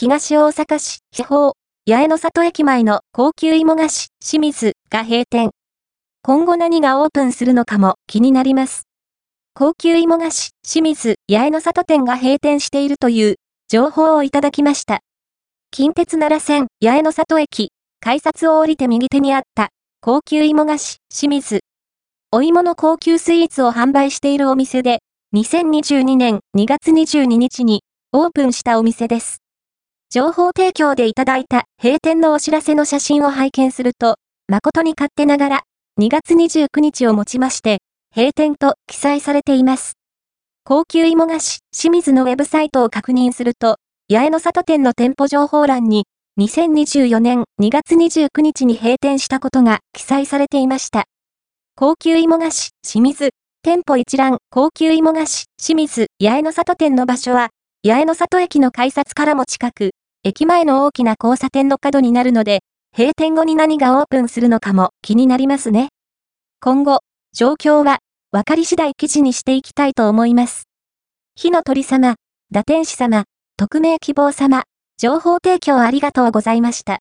東大阪市地方、八重の里駅前の高級芋菓子、清水が閉店。今後何がオープンするのかも気になります。高級芋菓子、清水八重の里店が閉店しているという情報をいただきました。近鉄奈良線八重の里駅、改札を降りて右手にあった高級芋菓子、清水。お芋の高級スイーツを販売しているお店で、2022年2月22日にオープンしたお店です。情報提供でいただいた閉店のお知らせの写真を拝見すると、誠に勝手ながら2月29日をもちまして、閉店と記載されています。高級芋菓子、清水のウェブサイトを確認すると、八重の里店の店舗情報欄に、2024年2月29日に閉店したことが記載されていました。高級芋菓子、清水、店舗一覧、高級芋菓子、清水、八重の里店の場所は、八重の里駅の改札からも近く、駅前の大きな交差点の角になるので、閉店後に何がオープンするのかも気になりますね。今後、状況は、分かり次第記事にしていきたいと思います。火の鳥様、打天使様、匿名希望様、情報提供ありがとうございました。